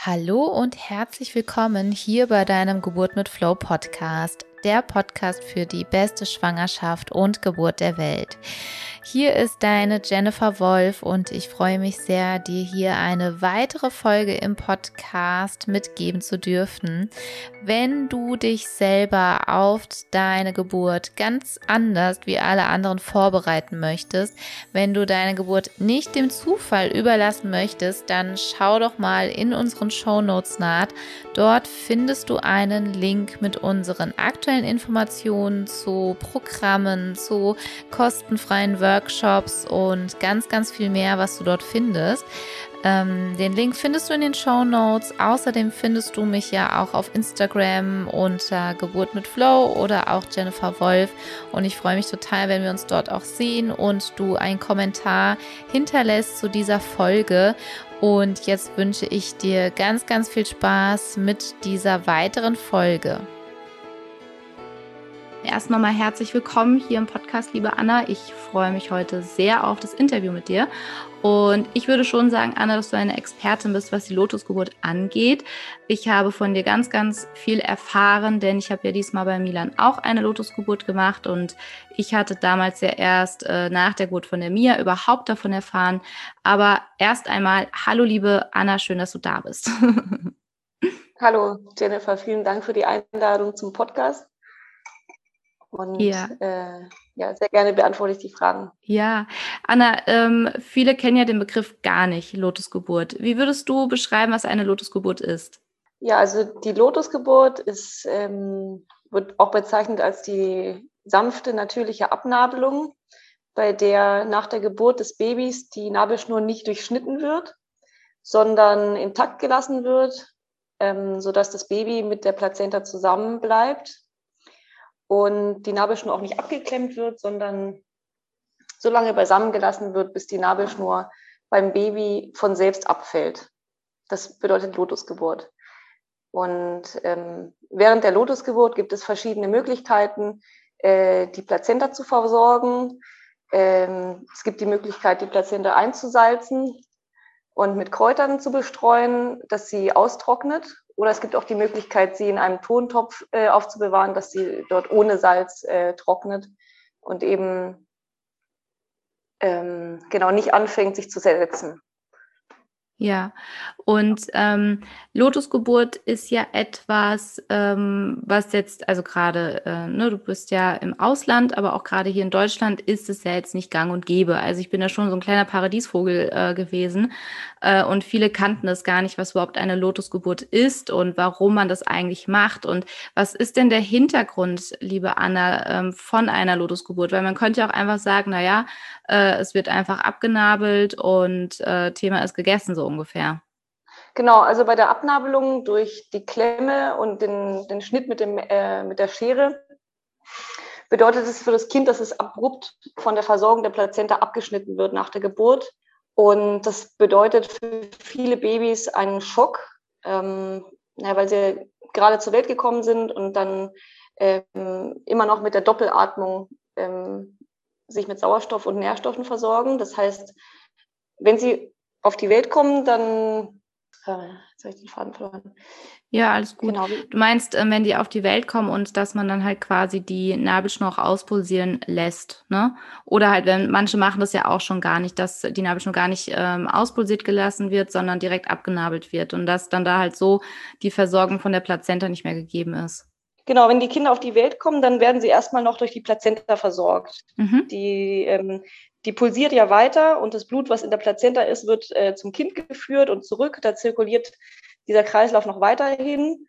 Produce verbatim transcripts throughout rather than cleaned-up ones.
Hallo und herzlich willkommen hier bei deinem Geburt mit Flow Podcast, der Podcast für die beste Schwangerschaft und Geburt der Welt. Hier ist deine Jennifer Wolf und ich freue mich sehr, dir hier eine weitere Folge im Podcast mitgeben zu dürfen. Wenn du dich selber auf deine Geburt ganz anders wie alle anderen vorbereiten möchtest, wenn du deine Geburt nicht dem Zufall überlassen möchtest, dann schau doch mal in unseren Shownotes nach. Dort findest du einen Link mit unseren aktuellen Informationen zu Programmen, zu kostenfreien Workshops und ganz, ganz viel mehr, was du dort findest. Ähm, den Link findest du in den Shownotes. Außerdem findest du mich ja auch auf Instagram unter Geburt mit Flow oder auch Jennifer Wolf. Und ich freue mich total, wenn wir uns dort auch sehen und du einen Kommentar hinterlässt zu dieser Folge. Und jetzt wünsche ich dir ganz, ganz viel Spaß mit dieser weiteren Folge. Erst nochmal herzlich willkommen hier im Podcast, liebe Anna. Ich freue mich heute sehr auf das Interview mit dir. Und ich würde schon sagen, Anna, dass du eine Expertin bist, was die Lotusgeburt angeht. Ich habe von dir ganz, ganz viel erfahren, denn ich habe ja diesmal bei Milan auch eine Lotusgeburt gemacht. Und ich hatte damals ja erst äh, nach der Geburt von der Mia überhaupt davon erfahren. Aber erst einmal, hallo liebe Anna, schön, dass du da bist. Hallo Jennifer, vielen Dank für die Einladung zum Podcast. Und ja. Äh, ja, sehr gerne beantworte ich die Fragen. Ja, Anna, ähm, viele kennen ja den Begriff gar nicht, Lotusgeburt. Wie würdest du beschreiben, was eine Lotusgeburt ist? Ja, also die Lotusgeburt ist, ähm, wird auch bezeichnet als die sanfte, natürliche Abnabelung, bei der nach der Geburt des Babys die Nabelschnur nicht durchschnitten wird, sondern intakt gelassen wird, ähm, sodass das Baby mit der Plazenta zusammenbleibt und die Nabelschnur auch nicht abgeklemmt wird, sondern so lange beisammen gelassen wird, bis die Nabelschnur beim Baby von selbst abfällt. Das bedeutet Lotusgeburt. Und ähm, während der Lotusgeburt gibt es verschiedene Möglichkeiten, äh, die Plazenta zu versorgen. Ähm, es gibt die Möglichkeit, die Plazenta einzusalzen und mit Kräutern zu bestreuen, dass sie austrocknet. Oder es gibt auch die Möglichkeit, sie in einem Tontopf äh, aufzubewahren, dass sie dort ohne Salz äh, trocknet und eben ähm, genau nicht anfängt, sich zu zersetzen. Ja, und ähm, Lotusgeburt ist ja etwas, ähm, was jetzt, also gerade, äh, ne, du bist ja im Ausland, aber auch gerade hier in Deutschland ist es ja jetzt nicht gang und gäbe. Also ich bin da schon so ein kleiner Paradiesvogel äh, gewesen äh, und viele kannten das gar nicht, was überhaupt eine Lotusgeburt ist und warum man das eigentlich macht. Und was ist denn der Hintergrund, liebe Anna, ähm, von einer Lotusgeburt? Weil man könnte ja auch einfach sagen, na ja, äh, es wird einfach abgenabelt und äh, Thema ist gegessen, so ungefähr. Genau, also bei der Abnabelung durch die Klemme und den, den Schnitt mit, dem, äh, mit der Schere bedeutet es für das Kind, dass es abrupt von der Versorgung der Plazenta abgeschnitten wird nach der Geburt. Und das bedeutet für viele Babys einen Schock, ähm, ja, weil sie gerade zur Welt gekommen sind und dann ähm, immer noch mit der Doppelatmung ähm, sich mit Sauerstoff und Nährstoffen versorgen. Das heißt, wenn sie auf die Welt kommen, dann Jetzt habe ich den Faden verloren. Ja, alles gut. Genau. Du meinst, wenn die auf die Welt kommen und dass man dann halt quasi die Nabelschnur auch auspulsieren lässt, ne? Oder halt, wenn manche machen das ja auch schon gar nicht, dass die Nabelschnur gar nicht ähm, auspulsiert gelassen wird, sondern direkt abgenabelt wird und dass dann da halt so die Versorgung von der Plazenta nicht mehr gegeben ist. Genau, wenn die Kinder auf die Welt kommen, dann werden sie erstmal noch durch die Plazenta versorgt. Mhm. Die, ähm, die pulsiert ja weiter und das Blut, was in der Plazenta ist, wird äh, zum Kind geführt und zurück. Da zirkuliert dieser Kreislauf noch weiterhin.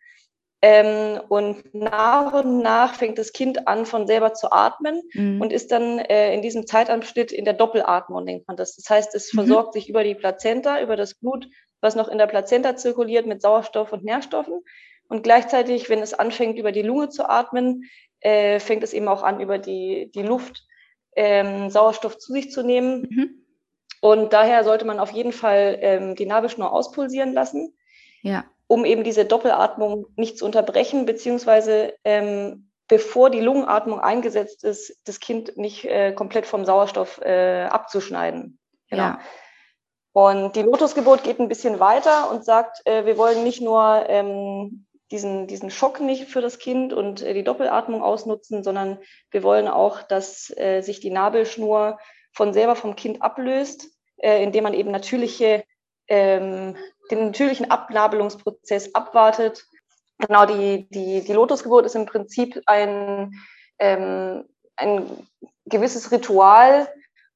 Ähm, und nach und nach fängt das Kind an, von selber zu atmen Mhm. und ist dann äh, in diesem Zeitabschnitt in der Doppelatmung, nennt man das. Das heißt, es Mhm. versorgt sich über die Plazenta, über das Blut, was noch in der Plazenta zirkuliert, mit Sauerstoff und Nährstoffen. Und gleichzeitig, wenn es anfängt, über die Lunge zu atmen, äh, fängt es eben auch an, über die, die Luft ähm, Sauerstoff zu sich zu nehmen. Mhm. Und daher sollte man auf jeden Fall ähm, die Nabelschnur auspulsieren lassen, ja. um eben diese Doppelatmung nicht zu unterbrechen, beziehungsweise ähm, bevor die Lungenatmung eingesetzt ist, das Kind nicht äh, komplett vom Sauerstoff äh, abzuschneiden. Genau. Ja. Und die Lotusgeburt geht ein bisschen weiter und sagt, äh, wir wollen nicht nur ähm, diesen, diesen Schock nicht für das Kind und äh, die Doppelatmung ausnutzen, sondern wir wollen auch, dass äh, sich die Nabelschnur von selber vom Kind ablöst, äh, indem man eben natürliche, ähm, den natürlichen Abnabelungsprozess abwartet. Genau, die, die, die Lotusgeburt ist im Prinzip ein, ähm, ein gewisses Ritual,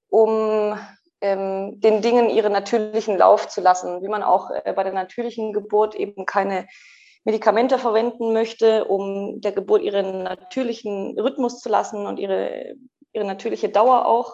um ähm, den Dingen ihren natürlichen Lauf zu lassen, wie man auch äh, bei der natürlichen Geburt eben keine Medikamente verwenden möchte, um der Geburt ihren natürlichen Rhythmus zu lassen und ihre, ihre natürliche Dauer auch.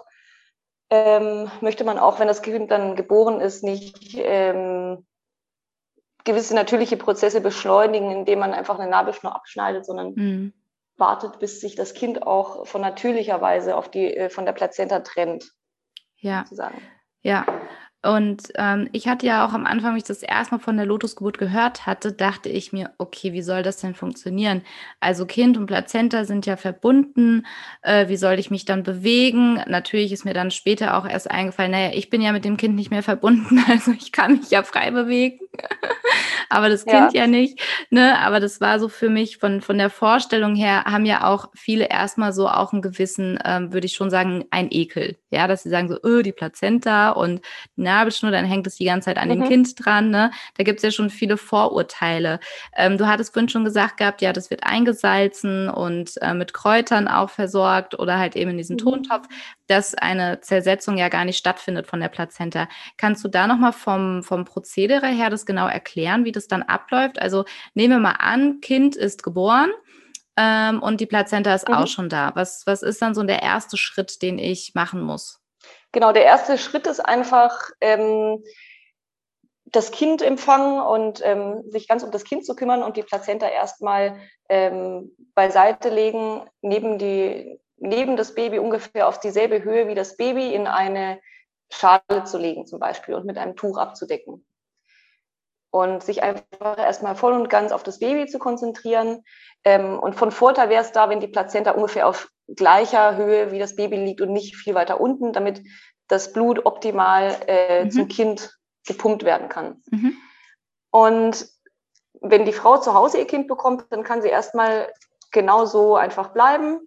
Ähm, möchte man auch, wenn das Kind dann geboren ist, nicht ähm, gewisse natürliche Prozesse beschleunigen, indem man einfach eine Nabelschnur abschneidet, sondern mhm. wartet, bis sich das Kind auch von natürlicher Weise auf die, äh, von der Plazenta trennt. Ja, sozusagen. Ja. Und ähm, ich hatte ja auch am Anfang, als ich das erste Mal von der Lotusgeburt gehört hatte, dachte ich mir, okay, wie soll das denn funktionieren? Also Kind und Plazenta sind ja verbunden. Äh, wie soll ich mich dann bewegen? Natürlich ist mir dann später auch erst eingefallen, naja, ich bin ja mit dem Kind nicht mehr verbunden, also ich kann mich ja frei bewegen. Aber das Kind ja, ja nicht, ne? Aber das war so für mich von, von der Vorstellung her, haben ja auch viele erstmal so auch einen gewissen, ähm, würde ich schon sagen, ein Ekel. Ja, dass sie sagen so, öh, die Plazenta und die Nabelschnur, dann hängt es die ganze Zeit an mhm. dem Kind dran, ne? Da gibt es ja schon viele Vorurteile. Ähm, du hattest vorhin schon gesagt gehabt, ja, das wird eingesalzen und äh, mit Kräutern auch versorgt oder halt eben in diesem mhm. Tontopf, dass eine Zersetzung ja gar nicht stattfindet von der Plazenta. Kannst du da nochmal vom, vom Prozedere her das genau erklären, wie das dann abläuft? Also nehmen wir mal an, Kind ist geboren ähm, und die Plazenta ist mhm. auch schon da. Was, was ist dann so der erste Schritt, den ich machen muss? Genau, der erste Schritt ist einfach ähm, das Kind empfangen und ähm, sich ganz um das Kind zu kümmern und die Plazenta erstmal ähm, beiseite legen, neben, die, neben das Baby ungefähr auf dieselbe Höhe wie das Baby in eine Schale zu legen zum Beispiel und mit einem Tuch abzudecken. Und sich einfach erstmal voll und ganz auf das Baby zu konzentrieren. Ähm, und von Vorteil wäre es da, wenn die Plazenta ungefähr auf gleicher Höhe wie das Baby liegt und nicht viel weiter unten, damit das Blut optimal äh, mhm. zum Kind gepumpt werden kann. Mhm. Und wenn die Frau zu Hause ihr Kind bekommt, dann kann sie erstmal genauso einfach bleiben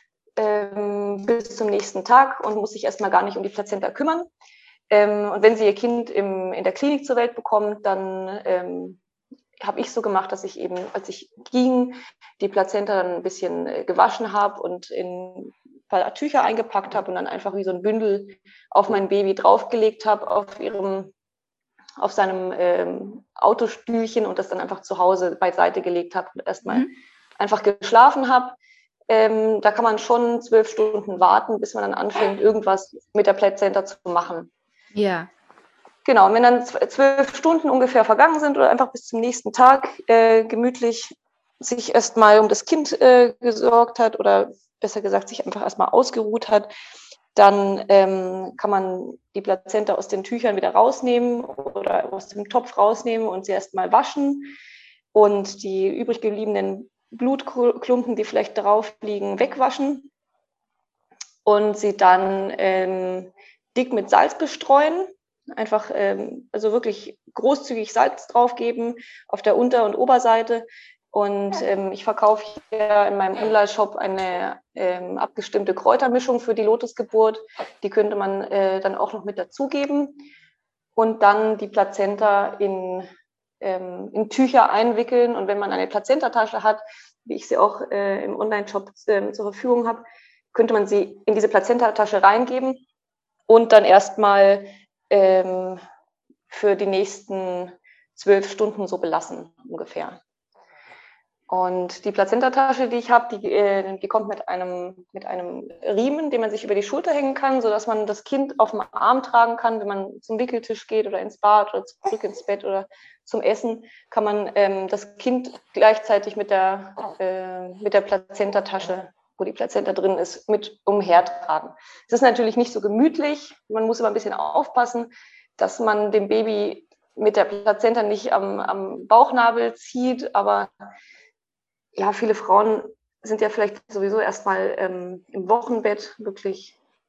ähm, bis zum nächsten Tag und muss sich erstmal gar nicht um die Plazenta kümmern. Ähm, und wenn sie ihr Kind im, in der Klinik zur Welt bekommt, dann ähm, habe ich so gemacht, dass ich eben, als ich ging, die Plazenta dann ein bisschen äh, gewaschen habe und in ein paar Tücher eingepackt habe und dann einfach wie so ein Bündel auf mein Baby draufgelegt habe, auf ihrem, auf seinem ähm, Autostühlchen und das dann einfach zu Hause beiseite gelegt habe und erstmal mhm. einfach geschlafen habe. Ähm, da kann man schon zwölf Stunden warten, bis man dann anfängt, irgendwas mit der Plazenta zu machen. Ja. Genau, und wenn dann zwölf Stunden ungefähr vergangen sind oder einfach bis zum nächsten Tag äh, gemütlich sich erstmal um das Kind äh, gesorgt hat oder besser gesagt sich einfach erstmal ausgeruht hat, dann ähm, kann man die Plazenta aus den Tüchern wieder rausnehmen oder aus dem Topf rausnehmen und sie erstmal waschen und die übrig gebliebenen Blutklumpen, die vielleicht drauf liegen, wegwaschen und sie dann ähm, dick mit Salz bestreuen. Einfach, ähm, also wirklich großzügig Salz draufgeben auf der Unter- und Oberseite. Und ähm, ich verkaufe hier in meinem Online-Shop eine ähm, abgestimmte Kräutermischung für die Lotusgeburt. Die könnte man äh, dann auch noch mit dazugeben. Und dann die Plazenta in, ähm, in Tücher einwickeln. Und wenn man eine Plazentatasche hat, wie ich sie auch äh, im Online-Shop äh, zur Verfügung habe, könnte man sie in diese Plazentatasche reingeben und dann erstmal ähm, für die nächsten zwölf Stunden so belassen, ungefähr. Und die Plazentatasche, die ich habe, die, äh, die kommt mit einem, mit einem Riemen, den man sich über die Schulter hängen kann, sodass man das Kind auf dem Arm tragen kann, wenn man zum Wickeltisch geht oder ins Bad oder zurück ins Bett oder zum Essen, kann man ähm, das Kind gleichzeitig mit der, äh, mit der Plazentatasche, wo die Plazenta drin ist, mit umhertragen. Es ist natürlich nicht so gemütlich, man muss immer ein bisschen aufpassen, dass man dem Baby mit der Plazenta nicht am, am Bauchnabel zieht, aber ja, viele Frauen sind ja vielleicht sowieso erstmal ähm, im Wochenbett wirklich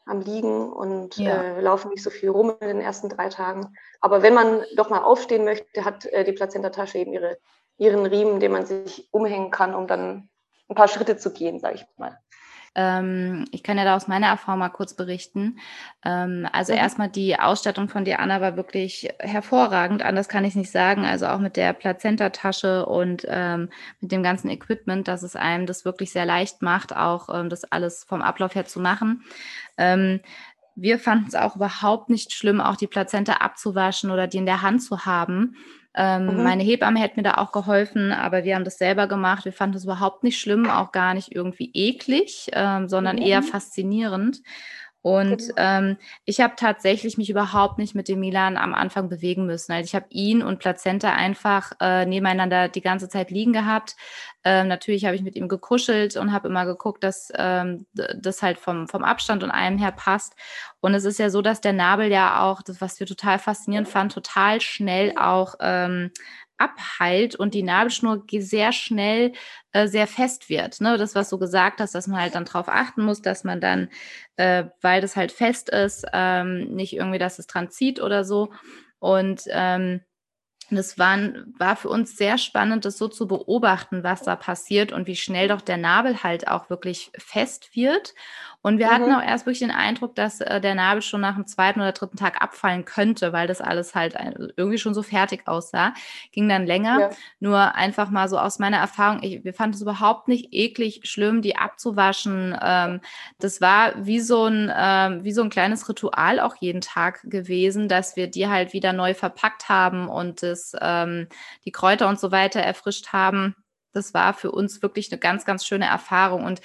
am Liegen und Ja. äh, laufen nicht so viel rum in den ersten drei Tagen. Aber wenn man doch mal aufstehen möchte, hat äh, die Plazentatasche eben ihre, ihren Riemen, den man sich umhängen kann, um dann ein paar Schritte zu gehen, sage ich mal. Ähm, ich kann ja da aus meiner Erfahrung mal kurz berichten. Ähm, also Mhm. erstmal die Ausstattung von dir, Anna, war wirklich hervorragend. Anders kann ich es nicht sagen. Also auch mit der Plazentatasche und ähm, mit dem ganzen Equipment, dass es einem das wirklich sehr leicht macht, auch ähm, das alles vom Ablauf her zu machen. Ähm, wir fanden es auch überhaupt nicht schlimm, auch die Plazenta abzuwaschen oder die in der Hand zu haben. Ähm, meine Mhm. Hebamme hätte mir da auch geholfen, aber wir haben das selber gemacht. Wir fanden es überhaupt nicht schlimm, auch gar nicht irgendwie eklig, ähm, sondern eher Mhm. faszinierend. Und Genau. ähm, ich habe tatsächlich mich überhaupt nicht mit dem Milan am Anfang bewegen müssen. Also ich habe ihn und Plazenta einfach äh, nebeneinander die ganze Zeit liegen gehabt. Ähm, natürlich habe ich mit ihm gekuschelt und habe immer geguckt, dass ähm, das halt vom, vom Abstand und allem her passt. Und es ist ja so, dass der Nabel ja auch, das, was wir total faszinierend fanden, total schnell auch ähm, abheilt und die Nabelschnur sehr schnell äh, sehr fest wird. Ne? Das, was du gesagt hast, dass man halt dann drauf achten muss, dass man dann, äh, weil das halt fest ist, ähm, nicht irgendwie, dass es dran zieht oder so. Und ähm, das waren, war für uns sehr spannend, das so zu beobachten, was da passiert und wie schnell doch der Nabel halt auch wirklich fest wird. Und wir hatten auch Mhm. erst wirklich den Eindruck, dass äh, der Nabel schon nach dem zweiten oder dritten Tag abfallen könnte, weil das alles halt ein- irgendwie schon so fertig aussah. Ging dann länger. Ja. Nur einfach mal so aus meiner Erfahrung, ich, wir fanden es überhaupt nicht eklig, schlimm, die abzuwaschen. Ähm, das war wie so ein, ähm, wie so ein kleines Ritual auch jeden Tag gewesen, dass wir die halt wieder neu verpackt haben und das, ähm, die Kräuter und so weiter erfrischt haben. Das war für uns wirklich eine ganz, ganz schöne Erfahrung. Und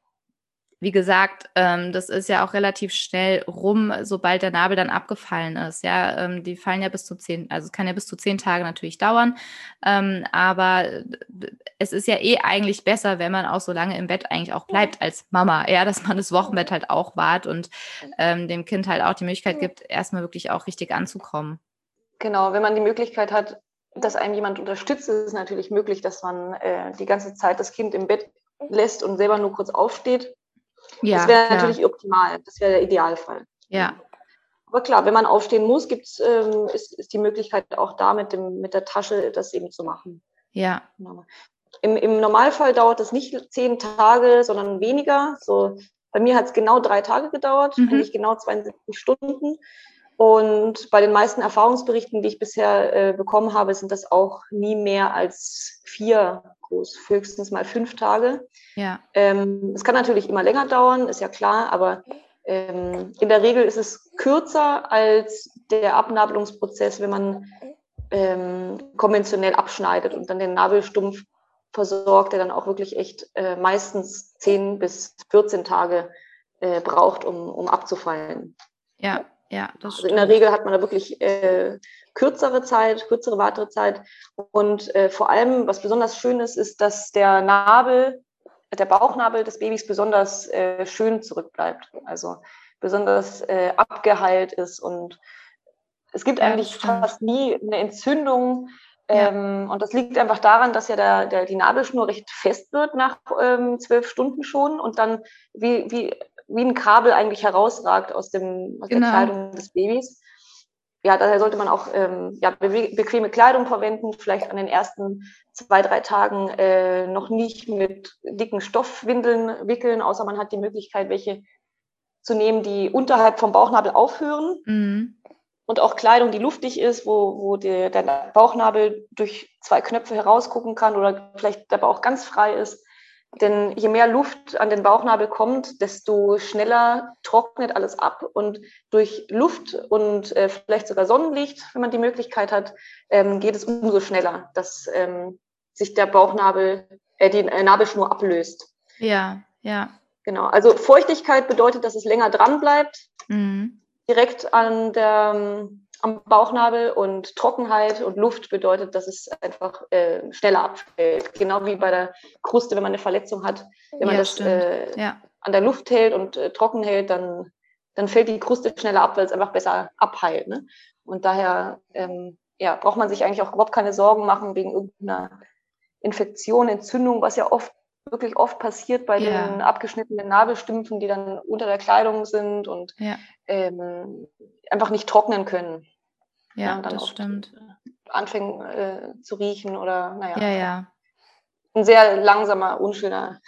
wie gesagt, ähm, das ist ja auch relativ schnell rum, sobald der Nabel dann abgefallen ist. Ja, ähm, die fallen ja bis zu zehn, also es kann ja bis zu zehn Tage natürlich dauern. Ähm, aber äh, es ist ja eh eigentlich besser, wenn man auch so lange im Bett eigentlich auch bleibt als Mama. Ja, dass man das Wochenbett halt auch wahrt und ähm, dem Kind halt auch die Möglichkeit gibt, erstmal wirklich auch richtig anzukommen. Genau, wenn man die Möglichkeit hat, dass einem jemand unterstützt, ist es natürlich möglich, dass man äh, die ganze Zeit das Kind im Bett lässt und selber nur kurz aufsteht. Das Ja, wäre klar. natürlich optimal, das wäre der Idealfall. Ja, Aber klar, wenn man aufstehen muss, gibt's, ähm, ist, ist die Möglichkeit auch da mit, dem, mit der Tasche das eben zu machen. ja. Genau. Im, Im Normalfall dauert das nicht zehn Tage, sondern weniger. So, bei mir hat es genau drei Tage gedauert, Mhm. eigentlich genau zweiundsiebzig Stunden. Und bei den meisten Erfahrungsberichten, die ich bisher äh, bekommen habe, sind das auch nie mehr als vier, groß, höchstens mal fünf Tage. Ja, Ähm, es kann natürlich immer länger dauern, ist ja klar, aber ähm, in der Regel ist es kürzer als der Abnabelungsprozess, wenn man ähm, konventionell abschneidet und dann den Nabelstumpf versorgt, der dann auch wirklich echt äh, meistens zehn bis vierzehn Tage äh, braucht, um, um abzufallen. ja, ja, das Also in der stimmt. Regel hat man da wirklich äh, kürzere Zeit, kürzere Wartezeit. Und äh, vor allem, was besonders schön ist, ist, dass der Nabel, der Bauchnabel des Babys besonders äh, schön zurückbleibt. Also besonders äh, abgeheilt ist. Und es gibt Ja, das eigentlich stimmt. fast nie eine Entzündung. Ja, Ähm, und das liegt einfach daran, dass ja der, der, die Nabelschnur recht fest wird nach ähm, zwölf Stunden schon und dann wie, wie, wie ein Kabel eigentlich herausragt aus, dem, aus der genau. Kleidung des Babys. Ja, daher sollte man auch ähm, ja, be bequeme Kleidung verwenden, vielleicht an den ersten zwei, drei Tagen äh, noch nicht mit dicken Stoffwindeln wickeln, außer man hat die Möglichkeit, welche zu nehmen, die unterhalb vom Bauchnabel aufhören. Mhm. Und auch Kleidung, die luftig ist, wo, wo der, der Bauchnabel durch zwei Knöpfe herausgucken kann oder vielleicht der Bauch ganz frei ist. Denn je mehr Luft an den Bauchnabel kommt, desto schneller trocknet alles ab. Und durch Luft und äh, vielleicht sogar Sonnenlicht, wenn man die Möglichkeit hat, ähm, geht es umso schneller, dass ähm, sich der Bauchnabel, äh, die äh, Nabelschnur ablöst. Ja, ja. Genau. Also Feuchtigkeit bedeutet, dass es länger dran bleibt, Mhm. direkt an der, am Bauchnabel, und Trockenheit und Luft bedeutet, dass es einfach äh, schneller abfällt. Genau wie bei der Kruste, wenn man eine Verletzung hat. Wenn man Ja, das stimmt. äh, Ja, an der Luft hält und äh, trocken hält, dann, dann fällt die Kruste schneller ab, weil es einfach besser abheilt. Ne? Und daher ähm, ja, braucht man sich eigentlich auch überhaupt keine Sorgen machen wegen irgendeiner Infektion, Entzündung, was ja oft wirklich oft passiert bei Ja. den abgeschnittenen Nabelstümpfen, die dann unter der Kleidung sind und Ja. ähm, einfach nicht trocknen können. Ja, Ja, dann das oft stimmt. anfangen äh, zu riechen oder naja, Ja, ja. ein sehr langsamer, unschöner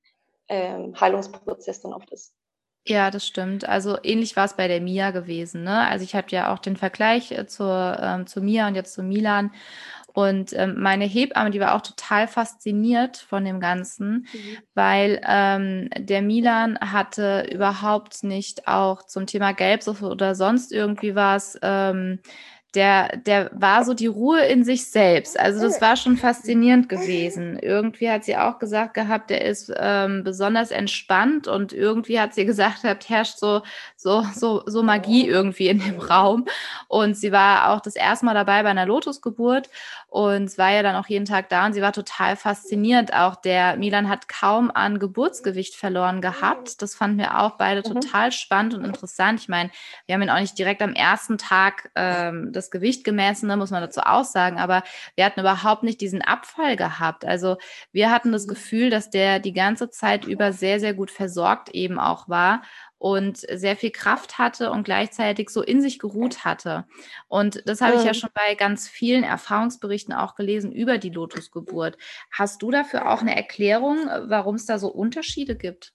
ähm, Heilungsprozess dann oft ist. Ja, das stimmt. Also ähnlich war es bei der Mia gewesen, ne? Also ich habe ja auch den Vergleich äh, zur, ähm, zu Mia und jetzt zu Milan. Und ähm, meine Hebamme, die war auch total fasziniert von dem Ganzen, Mhm. weil ähm, der Milan hatte überhaupt nicht auch zum Thema Gelbsucht oder sonst irgendwie was, ähm, der, der war so die Ruhe in sich selbst. Also das war schon faszinierend gewesen. Irgendwie hat sie auch gesagt gehabt, der ist ähm, besonders entspannt und irgendwie hat sie gesagt gehabt, herrscht so, so, so, so Magie irgendwie in dem Raum. Und sie war auch das erste Mal dabei bei einer Lotusgeburt und war ja dann auch jeden Tag da und sie war total fasziniert. Auch der Milan hat kaum an Geburtsgewicht verloren gehabt. Das fanden wir auch beide Mhm. total spannend und interessant. Ich meine, wir haben ihn auch nicht direkt am ersten Tag ähm, das Gewicht gemessen, ne, muss man dazu auch sagen, aber wir hatten überhaupt nicht diesen Abfall gehabt. Also wir hatten das Gefühl, dass der die ganze Zeit über sehr, sehr gut versorgt eben auch war und sehr viel Kraft hatte und gleichzeitig so in sich geruht hatte. Und das habe ich ja Mhm. schon bei ganz vielen Erfahrungsberichten auch gelesen über die Lotusgeburt. Hast du dafür auch eine Erklärung, warum es da so Unterschiede gibt?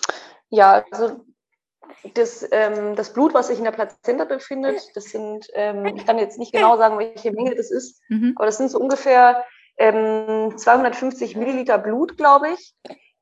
Ja, also das, ähm, das Blut, was sich in der Plazenta befindet, das sind, ähm, ich kann jetzt nicht genau sagen, welche Menge das ist, Mhm. aber das sind so ungefähr ähm, zweihundertfünfzig Milliliter Blut, glaube ich,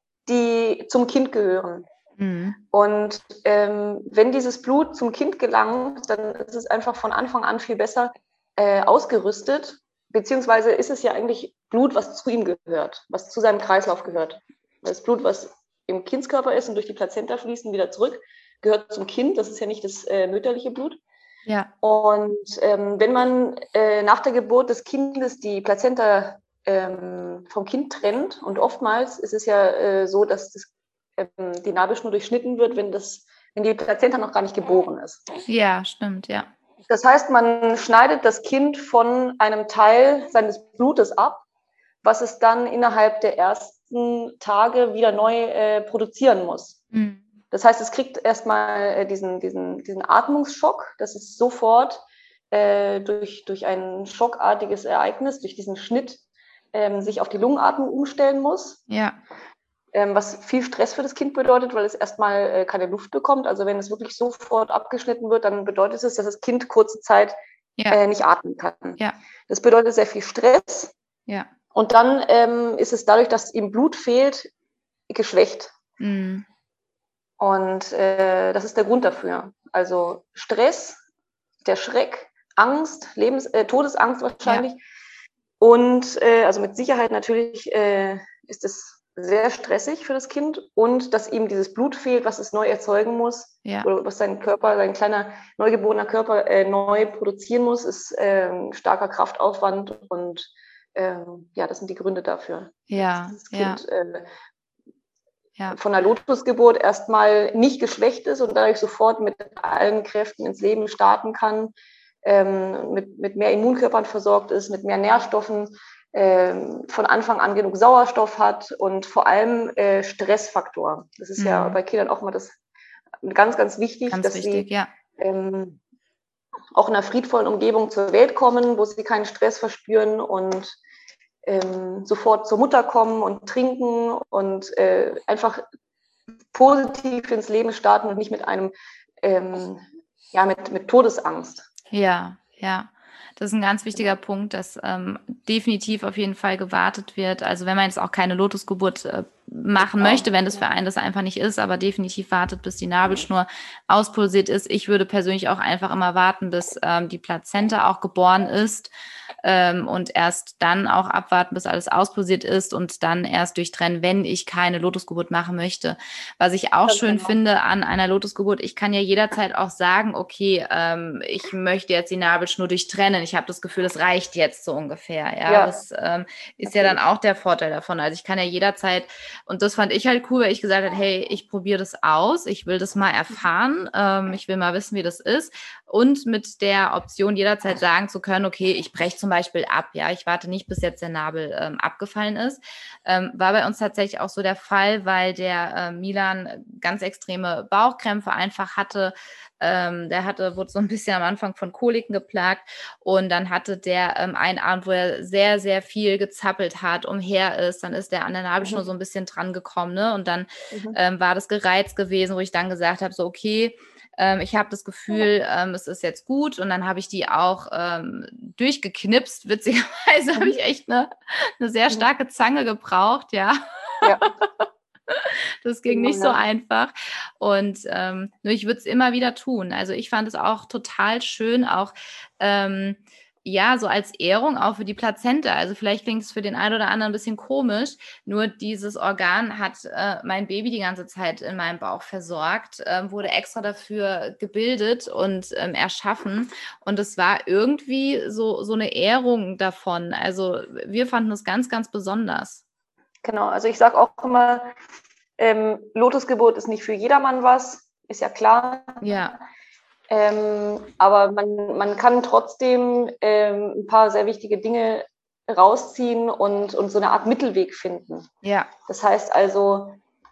die zum Kind gehören. Mhm. Und ähm, wenn dieses Blut zum Kind gelangt, dann ist es einfach von Anfang an viel besser äh, ausgerüstet, beziehungsweise ist es ja eigentlich Blut, was zu ihm gehört, was zu seinem Kreislauf gehört. Das Blut, was im Kindskörper ist und durch die Plazenta fließt und wieder zurück, gehört zum Kind. Das ist ja nicht das äh, mütterliche Blut. Ja. Und ähm, wenn man äh, nach der Geburt des Kindes die Plazenta ähm, vom Kind trennt, und oftmals ist es ja äh, so, dass das, ähm, die Nabelschnur durchschnitten wird, wenn, das, wenn die Plazenta noch gar nicht geboren ist. Ja, stimmt, ja. Das heißt, man schneidet das Kind von einem Teil seines Blutes ab, was es dann innerhalb der ersten Tage wieder neu äh, produzieren muss. Mhm. Das heißt, es kriegt erstmal äh, diesen, diesen, diesen Atmungsschock, dass es sofort äh, durch, durch ein schockartiges Ereignis, durch diesen Schnitt, ähm, sich auf die Lungenatmung umstellen muss. Ja. Ähm, was viel Stress für das Kind bedeutet, weil es erstmal äh, keine Luft bekommt. Also wenn es wirklich sofort abgeschnitten wird, dann bedeutet es, dass das Kind kurze Zeit Ja. äh, nicht atmen kann. Ja. Das bedeutet sehr viel Stress. Ja. Und dann ähm, ist es dadurch, dass ihm Blut fehlt, geschwächt. Mhm. Und äh, das ist der Grund dafür. Also Stress, der Schreck, Angst, Lebens äh, Todesangst wahrscheinlich. Ja. Und äh, also mit Sicherheit natürlich äh, ist es sehr stressig für das Kind und dass ihm dieses Blut fehlt, was es neu erzeugen muss, Ja. oder was sein Körper, sein kleiner neugeborener Körper äh, neu produzieren muss, ist äh, starker Kraftaufwand und äh, ja, das sind die Gründe dafür. Ja. Dass das Ja. Kind äh, Ja. von der Lotusgeburt erstmal nicht geschwächt ist und dadurch sofort mit allen Kräften ins Leben starten kann, ähm, mit, mit mehr Immunkörpern versorgt ist, mit mehr Nährstoffen, ähm, von Anfang an genug Sauerstoff hat und vor allem äh, Stressfaktor. Das ist ja Mhm. bei Kindern auch mal das ganz, ganz wichtig, Ganz dass wichtig, sie ja. ähm, auch in einer friedvollen Umgebung zur Welt kommen, wo sie keinen Stress verspüren und ähm, sofort zur Mutter kommen und trinken und äh, einfach positiv ins Leben starten und nicht mit einem, ähm, ja, mit, mit Todesangst. Ja, ja. Das ist ein ganz wichtiger Punkt, dass ähm, definitiv auf jeden Fall gewartet wird. Also wenn man jetzt auch keine Lotusgeburt äh, machen möchte, wenn das für einen das einfach nicht ist, aber definitiv wartet, bis die Nabelschnur auspulsiert ist. Ich würde persönlich auch einfach immer warten, bis ähm, die Plazenta auch geboren ist ähm, und erst dann auch abwarten, bis alles auspulsiert ist und dann erst durchtrennen, wenn ich keine Lotusgeburt machen möchte. Was ich auch Ganz schön genau. finde an einer Lotusgeburt, ich kann ja jederzeit auch sagen, okay, ähm, ich möchte jetzt die Nabelschnur durchtrennen. Ich habe das Gefühl, das reicht jetzt so ungefähr. Ja, Ja, das ähm, ist ja dann natürlich. auch der Vorteil davon. Also ich kann ja jederzeit Und das fand ich halt cool, weil ich gesagt habe, hey, ich probiere das aus, ich will das mal erfahren, ähm, ich will mal wissen, wie das ist. Und mit der Option jederzeit sagen zu können, okay, ich breche zum Beispiel ab, ja, ich warte nicht, bis jetzt der Nabel ähm, abgefallen ist. Ähm, war bei uns tatsächlich auch so der Fall, weil der äh, Milan ganz extreme Bauchkrämpfe einfach hatte. Ähm, der hatte, wurde so ein bisschen am Anfang von Koliken geplagt und dann hatte der ähm, einen Abend, wo er sehr, sehr viel gezappelt hat, umher ist, dann ist der an der Nabelschnur so Mhm. ein bisschen dran gekommen, ne? Und dann Mhm. ähm, war das gereizt gewesen, wo ich dann gesagt habe, so okay, ähm, ich habe das Gefühl, ähm, es ist jetzt gut und dann habe ich die auch ähm, durchgeknipst. Witzigerweise habe ich Mhm. echt eine, eine sehr Mhm. starke Zange gebraucht, ja. Ja, Das ging genau, nicht so ja. einfach. Und ähm, nur ich würde es immer wieder tun. Also ich fand es auch total schön, auch ähm, ja, so als Ehrung auch für die Plazenta. Also vielleicht klingt es für den einen oder anderen ein bisschen komisch, nur dieses Organ hat äh, mein Baby die ganze Zeit in meinem Bauch versorgt, äh, wurde extra dafür gebildet und ähm, erschaffen. Und es war irgendwie so, so eine Ehrung davon. Also wir fanden es ganz, ganz besonders. Genau, also ich sage auch immer, ähm, Lotusgeburt ist nicht für jedermann was, ist ja klar. Ja, Ähm, aber man, man kann trotzdem ähm, ein paar sehr wichtige Dinge rausziehen und, und so eine Art Mittelweg finden. ja, Das heißt also,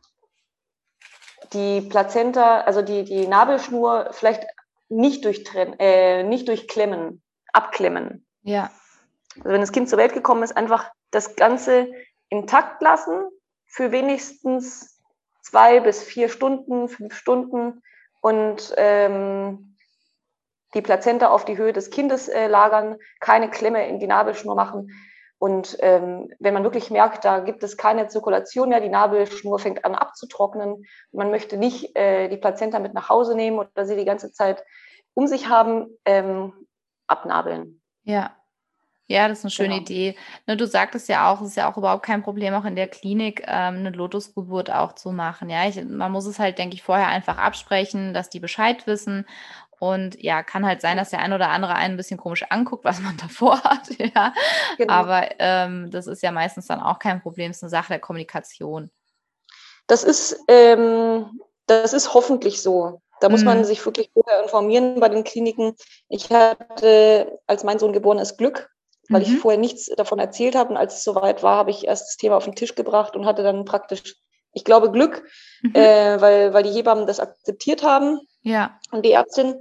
die Plazenta, also die, die Nabelschnur vielleicht nicht durchtrennen, äh, nicht durchklemmen, abklemmen. ja. Also wenn das Kind zur Welt gekommen ist, einfach das Ganze intakt lassen für wenigstens zwei bis vier Stunden, fünf Stunden und ähm, die Plazenta auf die Höhe des Kindes äh, lagern, keine Klemme in die Nabelschnur machen. Und ähm, wenn man wirklich merkt, da gibt es keine Zirkulation mehr, die Nabelschnur fängt an abzutrocknen, man möchte nicht äh, die Plazenta mit nach Hause nehmen oder sie die ganze Zeit um sich haben, ähm, abnabeln. Ja, ja, das ist eine schöne Genau. Idee. Ne, du sagtest ja auch, es ist ja auch überhaupt kein Problem, auch in der Klinik ähm, eine Lotusgeburt auch zu machen. Ja, ich, man muss es halt, denke ich, vorher einfach absprechen, dass die Bescheid wissen. Und ja, kann halt sein, dass der ein oder andere einen ein bisschen komisch anguckt, was man davor hat. Ja, Genau. aber ähm, das ist ja meistens dann auch kein Problem. Es ist eine Sache der Kommunikation. Das ist, ähm, das ist hoffentlich so. Da muss man Mhm. sich wirklich vorher informieren bei den Kliniken. Ich hatte, als mein Sohn geboren ist, Glück, weil ich Mhm. vorher nichts davon erzählt habe. Und als es soweit war, habe ich erst das Thema auf den Tisch gebracht und hatte dann praktisch, ich glaube, Glück, Mhm. äh, weil, weil die Hebammen das akzeptiert haben Ja, und die Ärztin.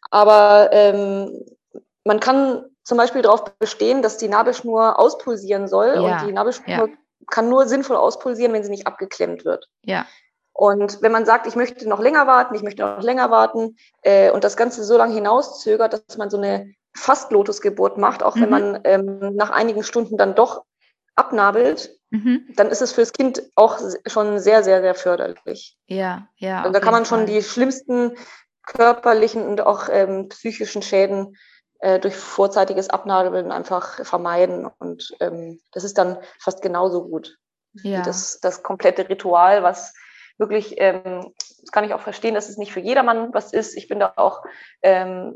Aber ähm, man kann zum Beispiel darauf bestehen, dass die Nabelschnur auspulsieren soll und ja, die ja, Nabelschnur kann nur sinnvoll auspulsieren, wenn sie nicht abgeklemmt wird. ja. Und wenn man sagt, ich möchte noch länger warten, ich möchte noch länger warten äh, und das Ganze so lange hinauszögert, dass man so eine Fast-Lotusgeburt macht, auch wenn Mhm. man ähm, nach einigen Stunden dann doch abnabelt, Mhm. dann ist es fürs Kind auch schon sehr, sehr, sehr förderlich. Ja, ja, Also auf da kann jeden man schon Fall. die schlimmsten körperlichen und auch ähm, psychischen Schäden äh, durch vorzeitiges Abnabeln einfach vermeiden. Und ähm, das ist dann fast genauso gut wie Ja, das, das komplette Ritual, was wirklich, ähm, das kann ich auch verstehen, dass es nicht für jedermann was ist. Ich bin da auch ähm,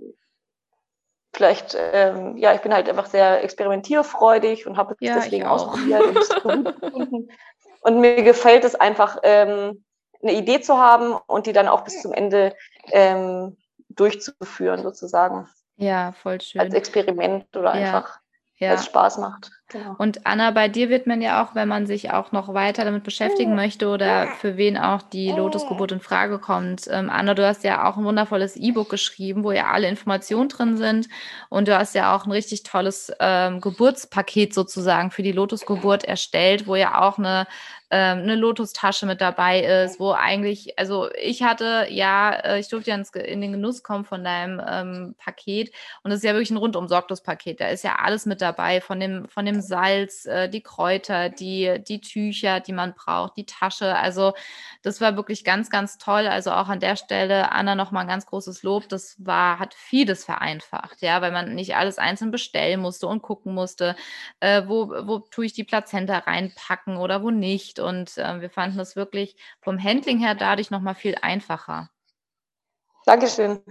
vielleicht, ähm, ja, ich bin halt einfach sehr experimentierfreudig und habe es ja, ich deswegen auch. ausprobiert und es für gut gefunden. Und mir gefällt es einfach, ähm, eine Idee zu haben und die dann auch bis zum Ende ähm, durchzuführen, sozusagen. Ja, voll Als schön. Experiment oder Ja, einfach, weil es ja. Spaß macht. Genau. Und Anna, bei dir wird man ja auch, wenn man sich auch noch weiter damit beschäftigen möchte oder für wen auch die Lotusgeburt in Frage kommt. Ähm, Anna, du hast ja auch ein wundervolles E-Book geschrieben, wo ja alle Informationen drin sind. Und du hast ja auch ein richtig tolles ähm, Geburtspaket sozusagen für die Lotusgeburt erstellt, wo ja auch eine ähm, eine Lotustasche mit dabei ist, wo eigentlich, also ich hatte, ja, äh, ich durfte ja ins, in den Genuss kommen von deinem ähm, Paket und es ist ja wirklich ein rundum sorglos Paket. Da ist ja alles mit dabei, von dem, von dem Salz, äh, die Kräuter, die, die Tücher, die man braucht, die Tasche. Also das war wirklich ganz, ganz toll. Also auch an der Stelle, Anna, nochmal ein ganz großes Lob. Das war, hat vieles vereinfacht, ja, weil man nicht alles einzeln bestellen musste und gucken musste, äh, wo, wo tue ich die Plazenta reinpacken oder wo nicht. Und äh, wir fanden das wirklich vom Handling her dadurch nochmal viel einfacher. Dankeschön.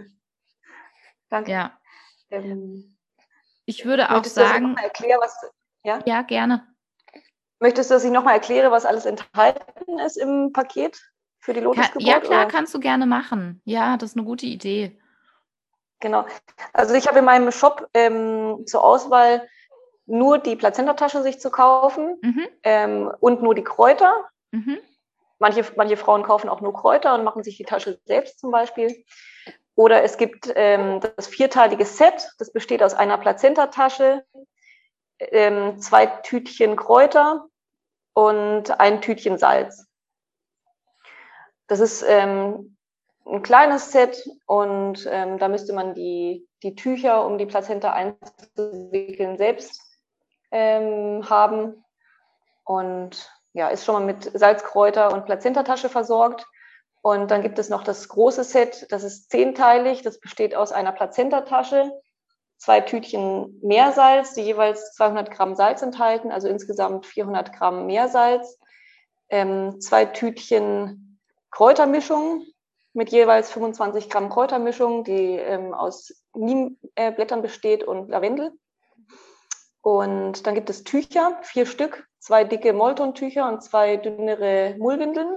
Danke. Ja, Ähm, ich würde auch möchtest du, dass ich sagen, nochmal erkläre, was, ja? ja, gerne. Möchtest du, dass ich nochmal erkläre, was alles enthalten finden ist im Paket für die Kann, Lotusgeburt? ja, klar, oder? kannst du gerne machen. Ja, das ist eine gute Idee. Genau. Also ich habe in meinem Shop ähm, zur Auswahl nur die Plazentatasche sich zu kaufen Mhm. ähm, und nur die Kräuter. Mhm. Manche, manche Frauen kaufen auch nur Kräuter und machen sich die Tasche selbst zum Beispiel. Oder es gibt ähm, das vierteilige Set, das besteht aus einer Plazentatasche, ähm, zwei Tütchen Kräuter und ein Tütchen Salz. Das ist ähm, ein kleines Set und ähm, da müsste man die, die Tücher, um die Plazenta einzuwickeln, selbst ähm, haben. Und ja, ist schon mal mit Salz, Kräuter und Plazentatasche versorgt. Und dann gibt es noch das große Set, das ist zehnteilig, das besteht aus einer Plazentatasche, zwei Tütchen Meersalz, die jeweils zweihundert Gramm Salz enthalten, also insgesamt vierhundert Gramm Meersalz, ähm, zwei Tütchen Kräutermischung mit jeweils fünfundzwanzig Gramm Kräutermischung, die ähm, aus Niemblättern besteht und Lavendel. Und dann gibt es Tücher, vier Stück, zwei dicke Molton-Tücher und zwei dünnere Mullwindeln.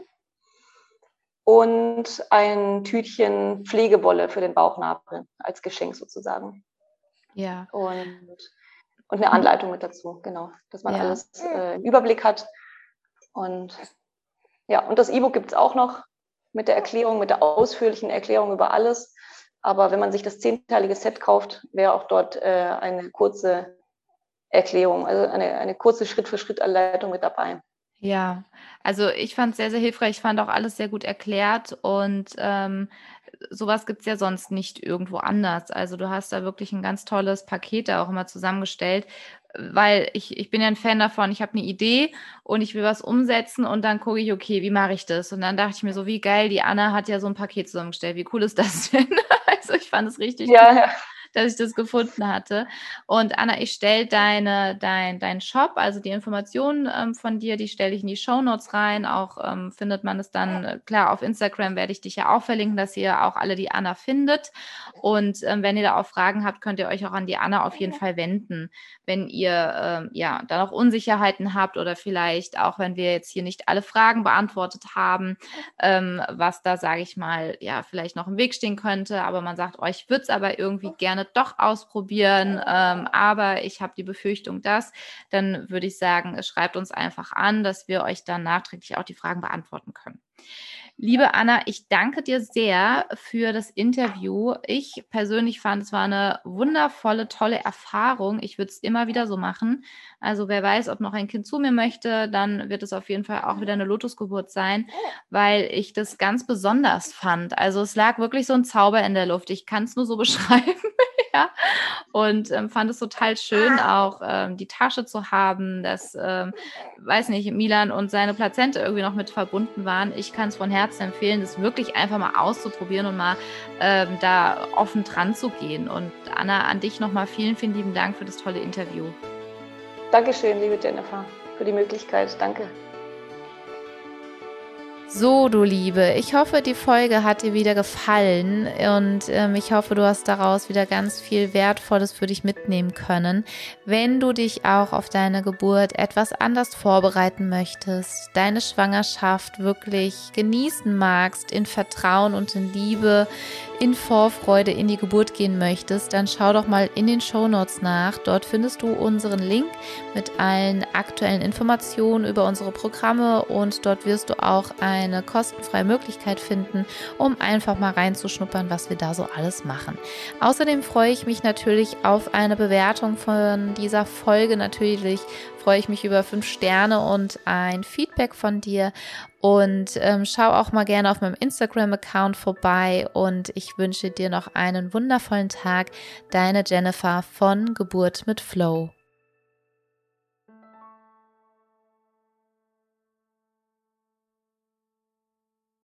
Und ein Tütchen Pflegewolle für den Bauchnabel als Geschenk sozusagen. Ja. Und, und eine Anleitung mit dazu, genau, dass man Ja. alles äh, im Überblick hat. Und ja, und das E-Book gibt es auch noch mit der Erklärung, mit der ausführlichen Erklärung über alles. Aber wenn man sich das zehnteilige Set kauft, wäre auch dort äh, eine kurze Erklärung, also eine, eine kurze Schritt-für-Schritt-Anleitung mit dabei. Ja, also ich fand es sehr, sehr hilfreich. Ich fand auch alles sehr gut erklärt und ähm, sowas gibt es ja sonst nicht irgendwo anders. Also du hast da wirklich ein ganz tolles Paket da auch immer zusammengestellt, weil ich, ich bin ja ein Fan davon, ich habe eine Idee und ich will was umsetzen und dann gucke ich, okay, wie mache ich das? Und dann dachte ich mir so, wie geil, die Anna hat ja so ein Paket zusammengestellt. Wie cool ist das denn? Also ich fand es richtig Ja, cool, ja. dass ich das gefunden hatte. Und Anna, ich stelle deine, dein, deinen Shop, also die Informationen ähm, von dir, die stelle ich in die Shownotes rein. Auch ähm, findet man es dann, äh, klar, auf Instagram werde ich dich ja auch verlinken, dass ihr auch alle die Anna findet. Und ähm, wenn ihr da auch Fragen habt, könnt ihr euch auch an die Anna auf jeden Fall wenden, wenn ihr ähm, ja da noch Unsicherheiten habt oder vielleicht auch, wenn wir jetzt hier nicht alle Fragen beantwortet haben, ähm, was da, sage ich mal, ja, vielleicht noch im Weg stehen könnte, aber man sagt, oh, ich würde es aber irgendwie gerne doch ausprobieren, ähm, aber ich habe die Befürchtung, dass, dann würde ich sagen, schreibt uns einfach an, dass wir euch dann nachträglich auch die Fragen beantworten können. Liebe Anna, ich danke dir sehr für das Interview. Ich persönlich fand, es war eine wundervolle, tolle Erfahrung. Ich würde es immer wieder so machen. Also wer weiß, ob noch ein Kind zu mir möchte, dann wird es auf jeden Fall auch wieder eine Lotusgeburt sein, weil ich das ganz besonders fand. Also es lag wirklich so ein Zauber in der Luft. Ich kann es nur so beschreiben. Ja, und ähm, fand es total schön, auch ähm, die Tasche zu haben, dass, ähm, weiß nicht, Milan und seine Plazente irgendwie noch mit verbunden waren. Ich kann es von Herzen empfehlen, das wirklich einfach mal auszuprobieren und mal ähm, da offen dran zu gehen. Und Anna, an dich nochmal vielen, vielen lieben Dank für das tolle Interview. Dankeschön, liebe Jennifer, für die Möglichkeit. Danke. So, du Liebe, ich hoffe, die Folge hat dir wieder gefallen und ähm, ich hoffe, du hast daraus wieder ganz viel Wertvolles für dich mitnehmen können. Wenn du dich auch auf deine Geburt etwas anders vorbereiten möchtest, deine Schwangerschaft wirklich genießen magst, in Vertrauen und in Liebe, in Vorfreude in die Geburt gehen möchtest, dann schau doch mal in den Shownotes nach. Dort findest du unseren Link mit allen aktuellen Informationen über unsere Programme und dort wirst du auch eine kostenfreie Möglichkeit finden, um einfach mal reinzuschnuppern, was wir da so alles machen. Außerdem freue ich mich natürlich auf eine Bewertung von dieser Folge. Natürlich freue ich mich über fünf Sterne und ein Feedback von dir. Und ähm, schau auch mal gerne auf meinem Instagram-Account vorbei und ich wünsche dir noch einen wundervollen Tag. Deine Jennifer von Geburt mit Flow.